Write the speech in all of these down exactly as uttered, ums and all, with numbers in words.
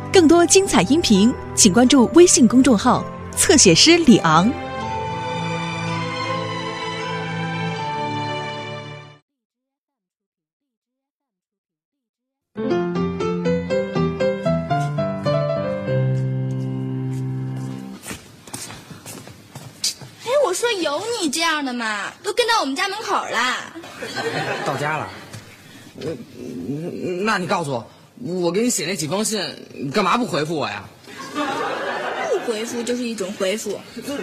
更多精彩音频，请关注微信公众号“侧写师李昂”。 我说有你这样的吗？都跟到我们家门口了。 到家了？呃，那你告诉我，我给你写那几封信，你干嘛不回复我呀？ 不回复就是一种回复。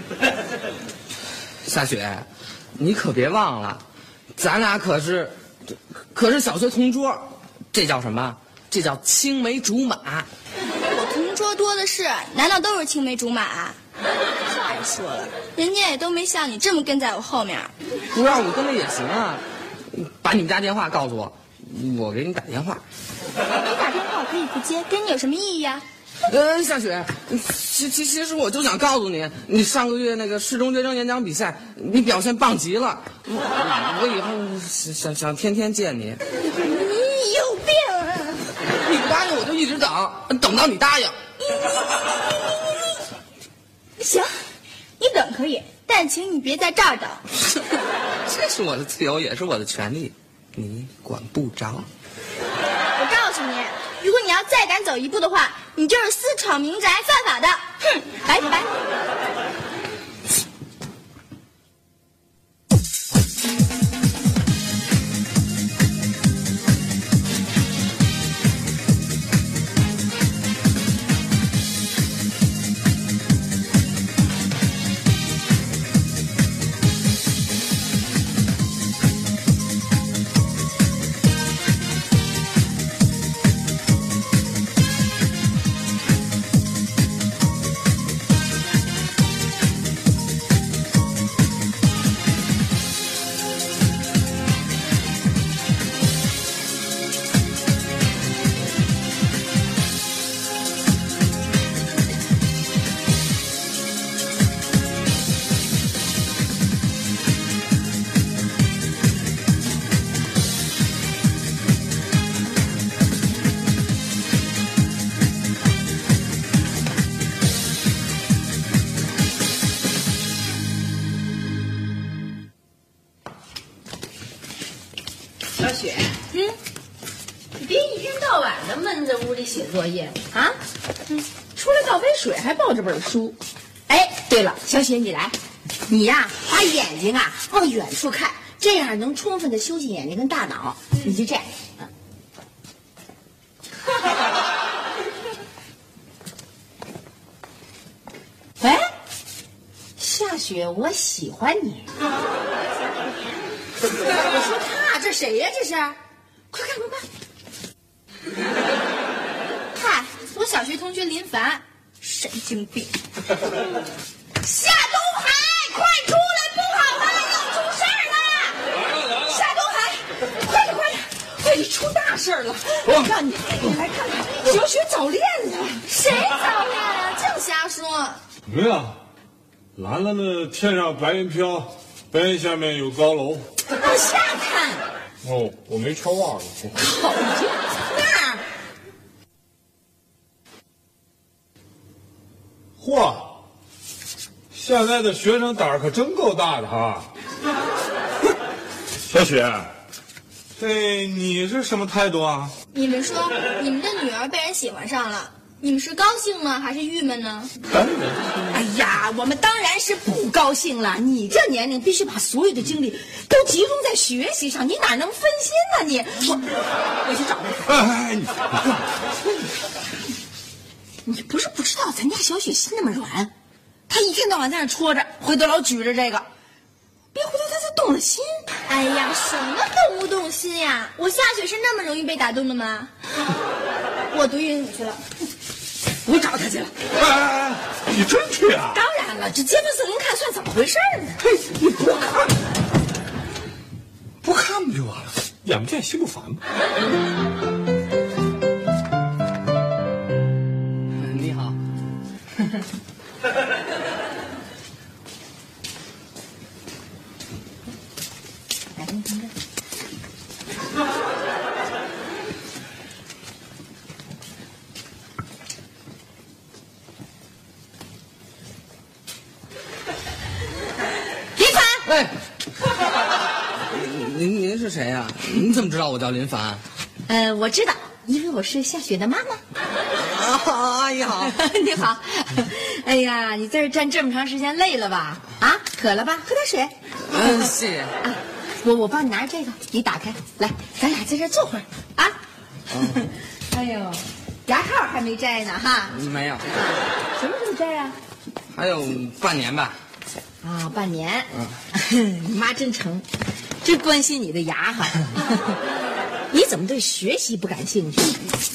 夏雪，你可别忘了，咱俩可是，可是小学同桌，这叫什么？这叫青梅竹马。 我同桌多的是，难道都是青梅竹马？再说了，人家也都没像你这么跟在我后面。 不让我跟着也行啊，把你们家电话告诉我，我给你打电话。 你打电话我可以不接，跟你有什么意义呀？ 呃，夏雪，其其其实我就想告诉你，你上个月那个市中学生演讲比赛，你表现棒极了，我我以后想想想天天见你。 你有病啊！ 你不答应我就一直等，等到你答应。 行，你等可以，但请你别在这儿等。 这是我的自由，也是我的权利，你管不着。 我告诉你，如果你要再敢走一步的话，你就是私闯民宅，犯法的。哼，拜拜。 小雪，嗯，你别一天到晚的闷在屋里写作业啊！嗯，出来倒杯水，还抱着本书。哎，对了，小雪，你来，你呀，把眼睛啊往远处看，这样能充分的休息眼睛跟大脑。你就这样，嗯。哎，夏雪，我喜欢你。我说他，这谁呀？这是，快看快看！ 嗨，我小学同学林凡，神经病。 夏东海，快出来，不好了，要出事儿了！夏东海，快点快点，快点，出大事了！我告诉你，你来看看，小雪早恋了。 谁早恋啊？净瞎说！ 什么呀？蓝蓝的天上白云飘，白云下面有高楼。 往下看。 哦，我没瞧忘了。 好呀，那儿。 嚯，现在的学生胆儿可真够大的哈！小雪，这你是什么态度啊？ 你们说，你们的女儿被人喜欢上了，你们是高兴呢，还是郁闷呢？ 哎呀，我们当然是不高兴了。你这年龄必须把所有的精力都集中在学习上，你哪能分心呢？你，我，我去找他。 哎，你你干嘛？ 你不是不知道咱家小雪心那么软，她一天到晚在那戳着，回头老举着这个，别回头她再动了心。 哎呀，什么动不动心呀？我夏雪是那么容易被打动的吗？我读英语去了。 我找他去了。 哎哎哎，你真去啊？ 当然了，这街坊四邻看算怎么回事呢？ 嘿，你不看，不看不就完了？眼不见心不烦吗？ 你好。 来，您听着。 是谁呀？你怎么知道我叫林凡？ 呃，我知道，因为我是夏雪的妈妈。 啊，阿姨好。 你好。哎呀，你在这站这么长时间，累了吧？啊，渴了吧？喝点水。 嗯，谢谢。 啊，我我帮你拿着这个，你打开来，咱俩在这坐会儿啊。嗯、哎呦，牙套还没摘呢哈？ 没有。 什么时候摘啊？ 还有半年吧。 啊，半年。嗯，你妈真诚，真关心你的牙哈。你怎么对学习不感兴趣？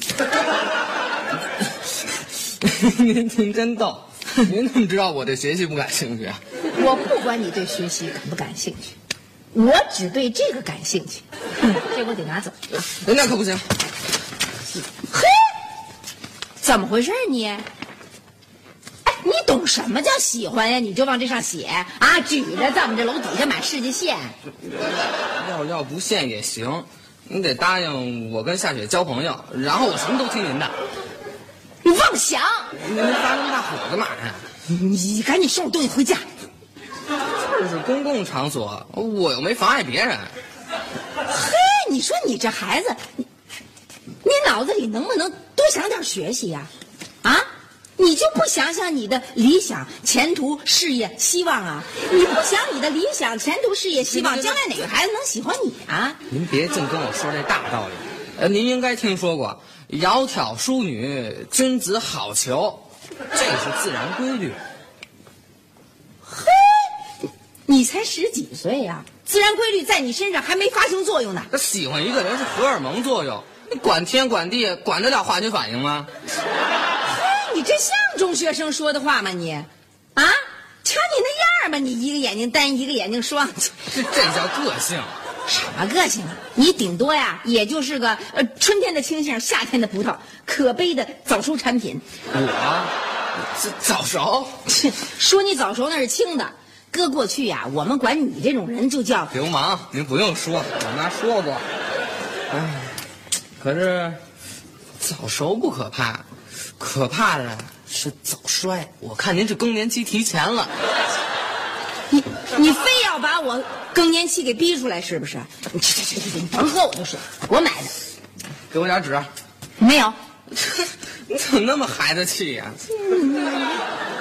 您您真逗，您怎么知道我对学习不感兴趣啊？ 我不管你对学习感不感兴趣，我只对这个感兴趣。这我得拿走啊！ 那可不行。 嘿，怎么回事你？哎，你懂什么叫喜欢呀？你就往这上写啊，举着在我们这楼底下买世界线。 要要不现也行，你得答应我跟夏雪交朋友，然后我什么都听您的。 你妄想！ 您发那么大火干嘛呀？ 你赶紧收拾东西回家。 这是公共场所，我又没妨碍别人。 嘿，你说你这孩子，你你脑子里能不能多想点学习呀？啊？你就不想想你的理想、前途、事业、希望啊？你不想你的理想、前途、事业、希望，将来哪个孩子能喜欢你啊？ 您别净跟我说这大道理。呃，您应该听说过“窈窕淑女，君子好逑”，这是自然规律。 嘿，你才十几岁呀、啊，自然规律在你身上还没发生作用呢。 喜欢一个人是荷尔蒙作用，你管天管地，管得了化学反应吗？ 你这像中学生说的话吗你？啊，瞧你那样吧，你一个眼睛单，一个眼睛双， 这这叫个性。 什么个性啊？你顶多呀，也就是个呃春天的青杏，夏天的葡萄，可悲的早熟产品。 我这早熟？ 说你早熟那是轻的，搁过去呀，我们管你这种人就叫流氓。您不用说，我妈说过。哎，可是早熟不可怕。可怕的是早衰，我看您这更年期提前了。 你你非要把我更年期给逼出来是不是？你这这这这，你甭喝我的水，我买的。 给我点纸。 没有。 你怎么那么孩子气呀、啊？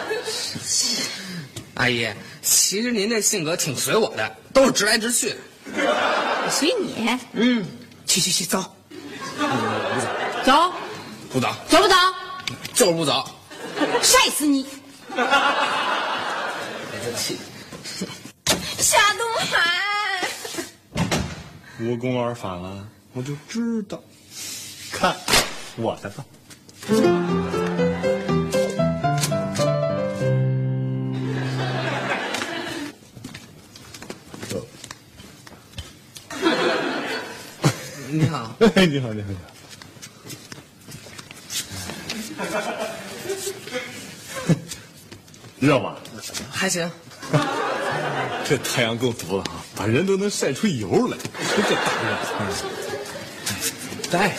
阿姨，其实您这性格挺随我的，都是直来直去。 随你？ 嗯， 去去去，走。 嗯，不走。 走。 不走。 走不走？ 就是不走。 晒死你！ 孩子气。 夏东海， 无功而返了，我就知道。看我的吧。 你好。 你好，你好，你好。热吗？ 还行。 这太阳够毒了啊，把人都能晒出油来。这大热。 对。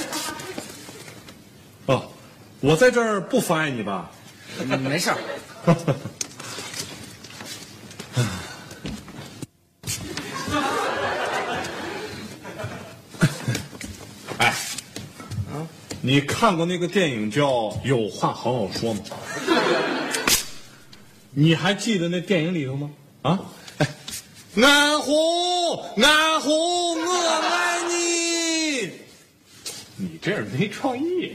哦，我在这儿不妨碍你吧？ 嗯、没事儿。 哎，啊，你看过那个电影叫《有话好好说》吗？你还记得那电影里头吗？啊，哎，安虎，安虎，我爱你。你这人没创意。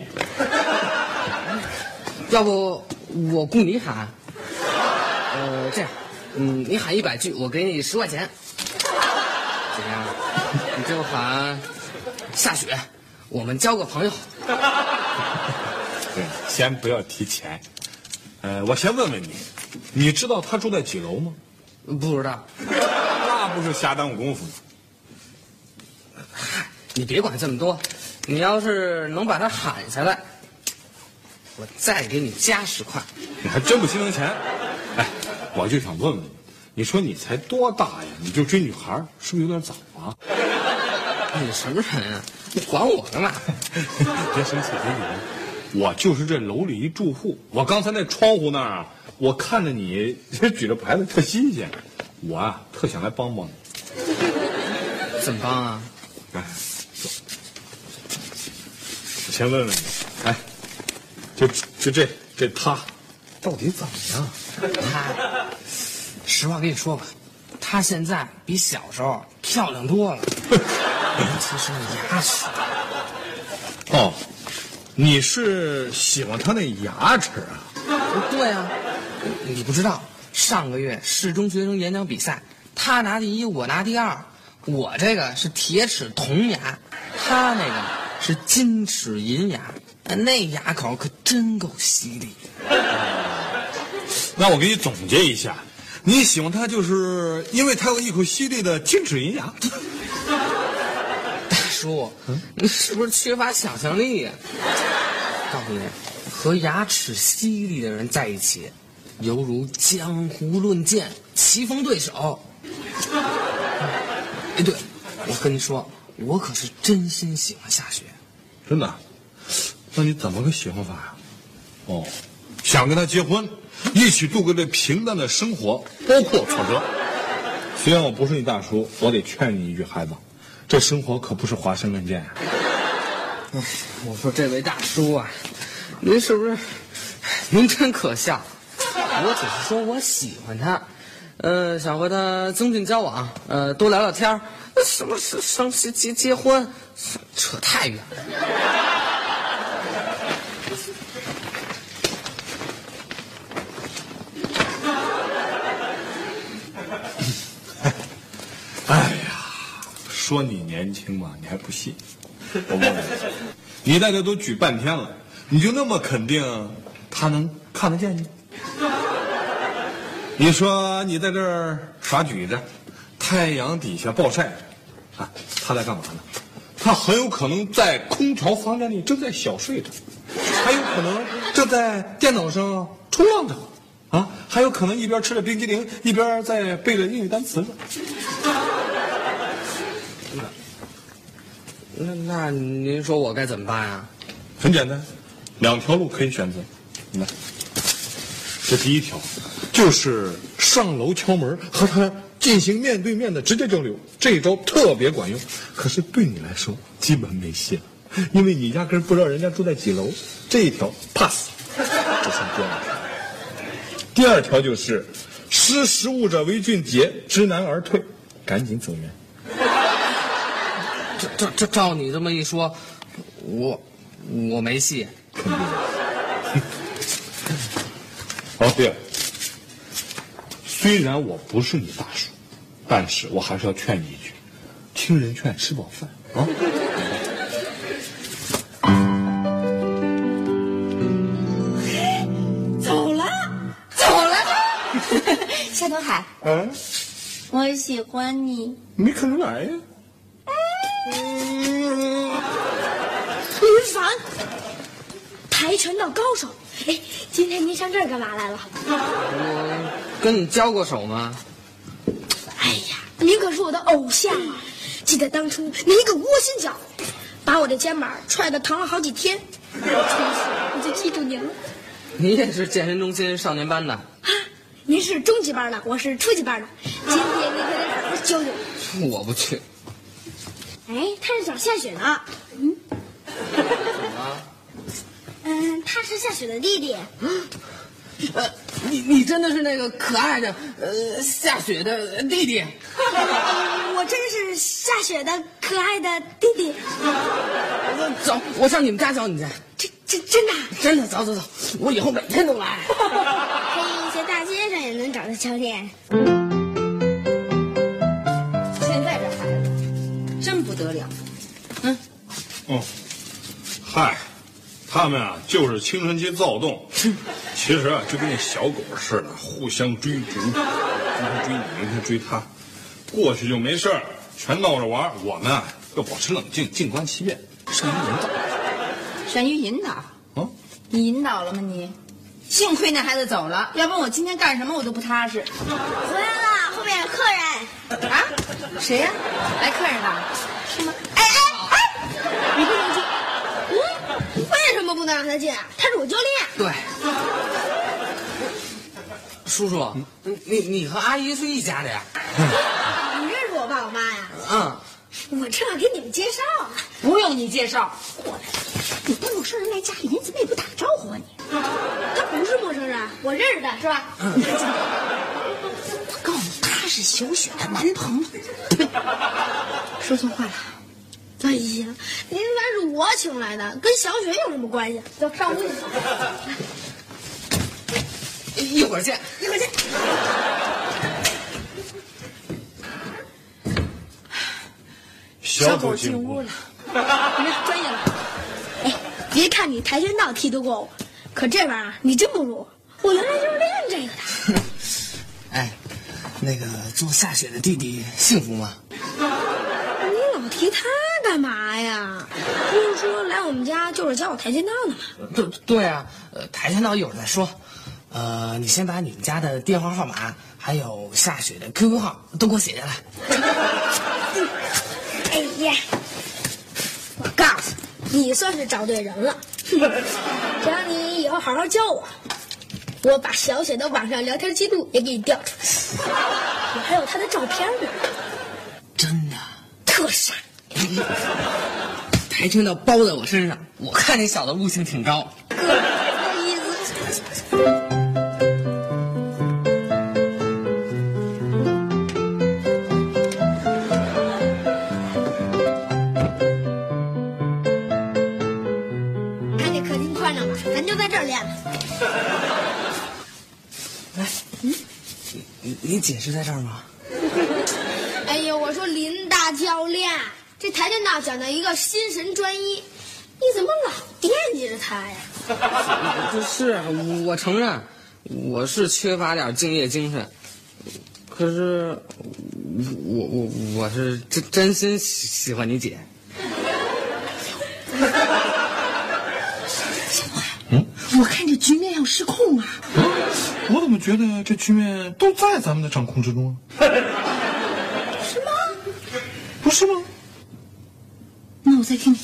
要不我雇你喊？呃，这样，嗯，你喊一百句，我给你十块钱。怎么样？你就喊夏雪，我们交个朋友。 对，先不要提钱。呃，我先问问你，你知道他住在几楼吗？ 不知道。 那不是瞎耽误功夫吗？ 嗨，你别管这么多，你要是能把他喊下来，我再给你加十块。 你还真不心疼钱。哎，我就想问问你，你说你才多大呀？你就追女孩，是不是有点早啊？ 你什么人啊？你管我干嘛？ 别生气，别紧。我就是这楼里一住户，我刚才那窗户那儿啊，我看着你举着牌子特新鲜，我啊特想来帮帮你。 怎么帮啊？ 哎，坐。我先问问你，哎，就就这这他，到底怎么样？ 他，实话跟你说吧，他现在比小时候漂亮多了，尤其是那牙齿。 哦，你是喜欢他那牙齿啊？ 对啊，你不知道，上个月市中学生演讲比赛，他拿第一，我拿第二。我这个是铁齿铜牙，他那个是金齿银牙，那牙口可真够犀利。 那我给你总结一下，你喜欢他就是因为他有一口犀利的金齿银牙。 大叔，嗯、你是不是缺乏想象力呀、啊？告诉你，和牙齿犀利的人在一起，犹如江湖论剑，棋逢对手。哎，对，我跟你说，我可是真心喜欢夏雪。 真的？那你怎么个喜欢法呀？哦，想跟他结婚，一起度过这平淡的生活，包括挫折。虽然我不是你大叔，我得劝你一句，孩子，这生活可不是华山论剑呀。 哎，我说这位大叔啊，您是不是？您真可笑。我只是说我喜欢他。呃，想和他增进交往，呃，多聊聊天儿，什么是生结结结婚，扯太远了。 哎呀，说你年轻嘛，你还不信？我问你，你在这都举半天了，你就那么肯定他能看得见你？你说你在这儿耍举着，太阳底下暴晒着，啊，他在干嘛呢？他很有可能在空调房间里正在小睡着，还有可能正在电脑上冲浪着，啊，还有可能一边吃着冰激凌，一边在背着英语单词呢。 那那您说我该怎么办呀？ 很简单，两条路可以选择。你看，这第一条就是上楼敲门，和他进行面对面的直接交流，这一招特别管用。可是对你来说基本没戏了，因为你压根不知道人家住在几楼。这一条 pass， 这算第二条。第二条就是识时务者为俊杰，知难而退，赶紧走人。 这这这照你这么一说，我我没戏。 肯定。哦，对了，虽然我不是你大叔，但是我还是要劝你一句：听人劝，吃饱饭啊。 走了，走了。夏东海， 嗯， 我喜欢你。 没看出来呀。 林凡，跆拳道高手。哎，今天您上这儿干嘛来了？ 我跟你交过手吗？ 哎呀，您可是我的偶像啊！记得当初您一个窝心脚，把我的肩膀踹得疼了好几天，从此我就记住您了。 你也是健身中心少年班的啊？ 您是中级班的，我是初级班的。今天您可得好好教教我。 我不去。 哎，他是找夏雪呢。嗯。 怎么了？ 嗯，他是夏雪的弟弟。 呃，你你真的是那个可爱的呃夏雪的弟弟？ 我真是夏雪的可爱的弟弟。 走，我上你们家找你去。 这这真的？ 真的，走走走，我以后每天都来。 可以在大街上也能找到教练。 现在这孩子真不得了。嗯。 哦，嗨。他们啊，就是青春期躁动，其实啊，就跟那小狗似的，互相追逐，今天追你，明天追他，过去就没事儿，全闹着玩。我们啊，要保持冷静，静观其变，善于引导。 善于引导？ 啊， 你引导了吗你？幸亏那孩子走了，要不然我今天干什么我都不踏实。 回来了，后面有客人。 啊？谁呀、啊？来客人了？ 是吗？哎哎哎！你不能进。为什么不能让他进啊？他是我教练。 对，叔叔，嗯、你你和阿姨是一家的呀？ 你认识我爸我妈呀？ 嗯， 我正要给你们介绍呢。 不用你介绍。 过来，你当陌生人来家里，人怎么也不打个招呼啊你？他不是陌生人，我认识他，是吧？嗯、我告诉你，他是小雪的男朋友。对，说错话了。哎呀，林凡是我请来的，跟小雪有什么关系？走，上屋去。 一会儿见， 一会儿见。 小狗进屋了， 你看专业了。哎，别看你跆拳道踢得过我，可这玩意儿你真不如我。我原来就是练这个的。 哎，那个做夏雪的弟弟幸福吗？ 你老提他干嘛呀？不是说来我们家就是教我跆拳道的吗？ 对对啊，呃，跆拳道一会儿再说。呃，你先把你们家的电话号码还有夏雪的 Q Q 号都给我写下来。 哎呀，我告诉你，你算是找对人了。只要你以后好好教我，我把小雪的网上聊天记录也给你调出来，我还有她的照片呢。 真的？ 特傻。 跆拳道包在我身上，我看你小子悟性挺高。 哥，不好意思。看这客厅宽敞吧，咱就在这儿练了。 来，嗯，你你姐是在这儿吗？ 哎呦，我说林大教练，这跆拳道讲究一个心神专一，你怎么老惦记着他呀？ 不是，我承认我是缺乏点敬业精神，可是我我我是真真心喜喜欢你姐。 小花，嗯，我看这局面要失控啊！ 我怎么觉得这局面都在咱们的掌控之中啊？ 是吗？ 不是吗？ 那我再听听。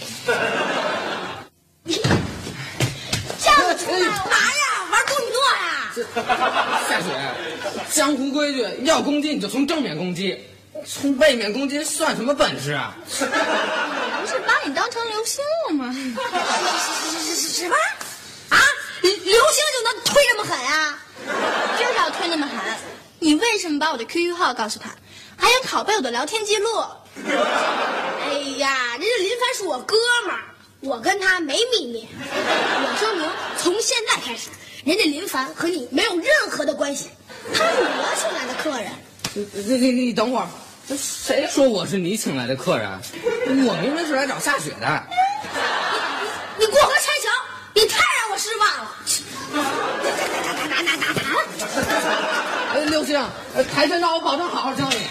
这样子干嘛呀？玩多米诺呀？ 夏雪，江湖规矩，要攻击你就从正面攻击，从背面攻击算什么本事啊？ 我不是把你当成流星了吗？ 什么？啊？流星就能推这么狠啊？ 就是要推那么狠。你为什么把我的 Q Q 号告诉他，还想拷贝我的聊天记录？ 哎呀，人家林凡是我哥们儿，我跟他没秘密。我说明，从现在开始，人家林凡和你没有任何的关系，他是我请来的客人。 你你你等会儿，谁说我是你请来的客人？我明明是来找夏雪的。 你你过河拆桥，你太让我失望了。打打打打打打！ 呃，刘星，呃，跆拳道我保证好好教你。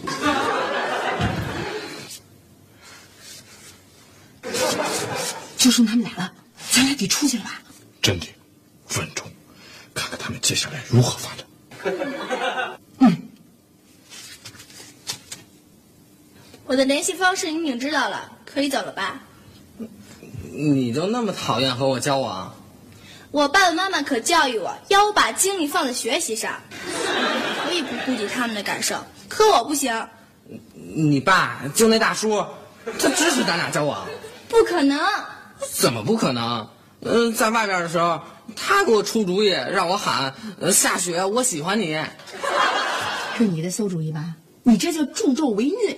就剩他们俩了，咱俩得出去了吧？ 镇定，稳重，看看他们接下来如何发展。 嗯。我的联系方式你已经知道了，可以走了吧？ 你就那么讨厌和我交往？ 我爸爸妈妈可教育我，要我把精力放在学习上，可以不顾及他们的感受，可我不行。 你爸就那大叔，他支持咱俩交往？ 不可能。 怎么不可能？嗯、呃，在外边的时候，他给我出主意，让我喊呃夏雪，我喜欢你。 是你的馊主意吧？你这叫助纣为虐。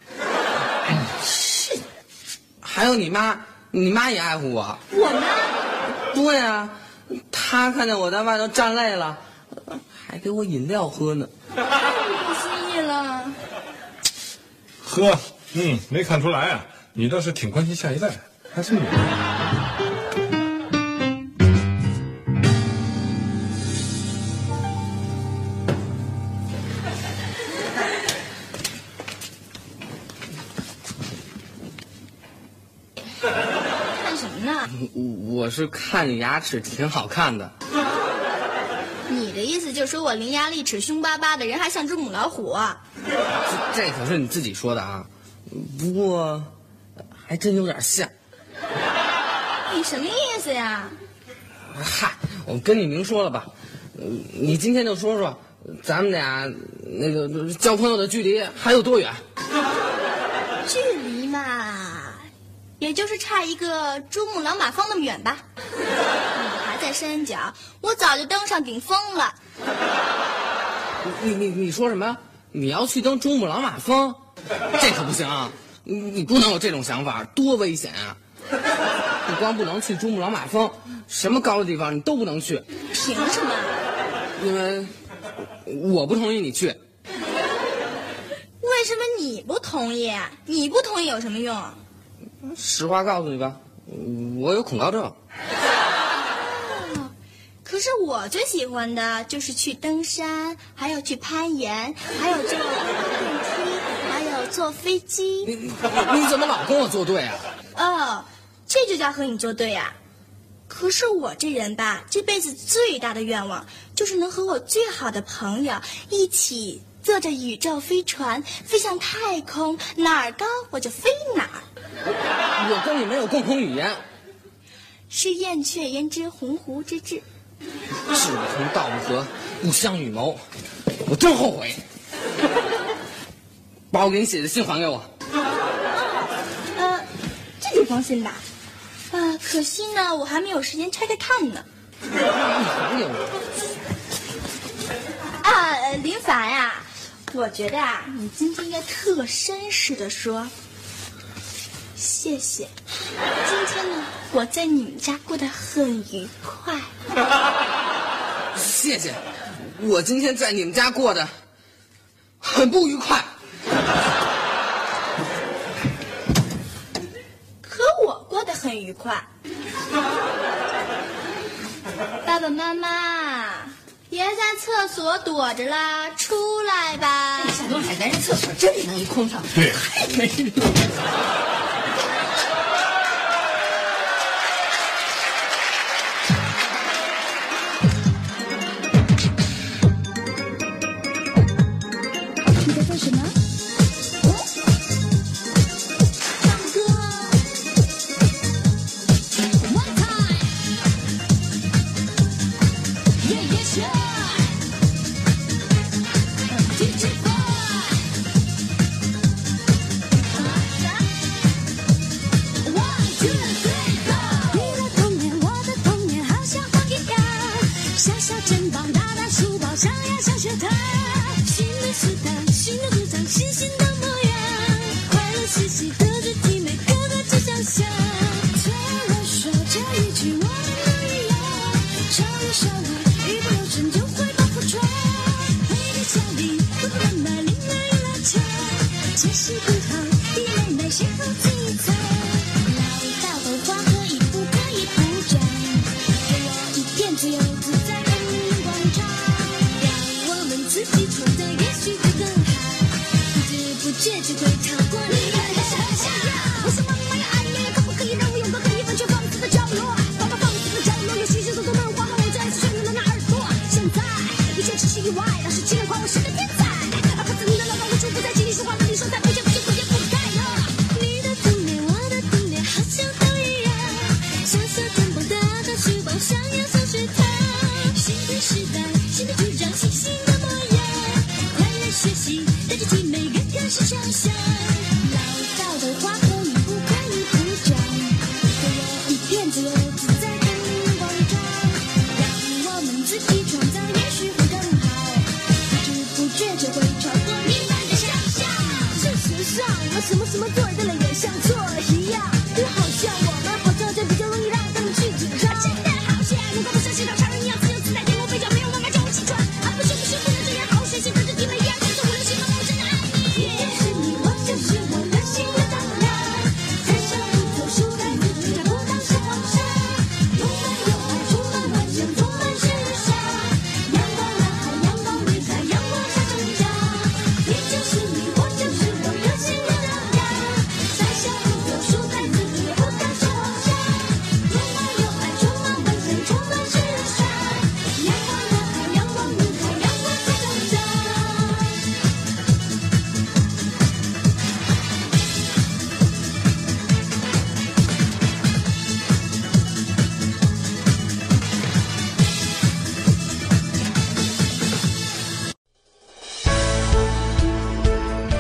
是。 还有你妈，你妈也爱护我。 我妈？ 对啊，她看见我在外头站累了，还给我饮料喝呢。 太不心意了。 呵，嗯，没看出来啊，你倒是挺关心下一代，还是你。 看什么呢？ 我是看你牙齿挺好看的。 你的意思就是说我伶牙俐齿、凶巴巴的人还像只母老虎啊？ 这, 这可是你自己说的啊，不过还真有点像。 你什么意思呀？ 嗨，我跟你明说了吧，你今天就说说，咱们俩那个交朋友的距离还有多远？ 距离嘛，也就是差一个珠穆朗玛峰那么远吧。你还在山脚，我早就登上顶峰了。 你你你说什么？你要去登珠穆朗玛峰？这可不行啊！你你不能有这种想法，多危险啊！你光不能去珠穆朗玛峰，什么高的地方你都不能去。 凭什么？ 因为我不同意你去。 为什么你不同意？你不同意有什么用？ 实话告诉你吧，我有恐高症。 可是我最喜欢的就是去登山，还有去攀岩，还有坐电梯，还有坐飞机。 你你你怎么老跟我作对啊？ 哦，这就叫和你作对呀、啊。可是我这人吧，这辈子最大的愿望就是能和我最好的朋友一起坐着宇宙飞船飞向太空，哪儿高我就飞哪儿。 我跟你没有共同语言。 是燕雀焉知鸿鹄之志。 志不同道不合，不相与谋，我真后悔。把我给你写的信还给我。 呃，这几封信吧，啊、呃，可惜呢，我还没有时间拆开看呢。 还有啊，呃林凡呀、啊，我觉得啊，你今天应该特绅士的说，谢谢。今天呢，我在你们家过得很愉快。 谢谢，我今天在你们家过得很不愉快。 可我过得很愉快。爸爸妈妈，别在厕所躲着啦，出来吧。 小东海，咱这厕所真能空上， 对， 太没人了。 你在做什么？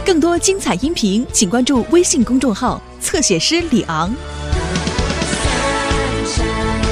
更多精彩音频，请关注微信公众号“侧写师李昂”。 Sunshine.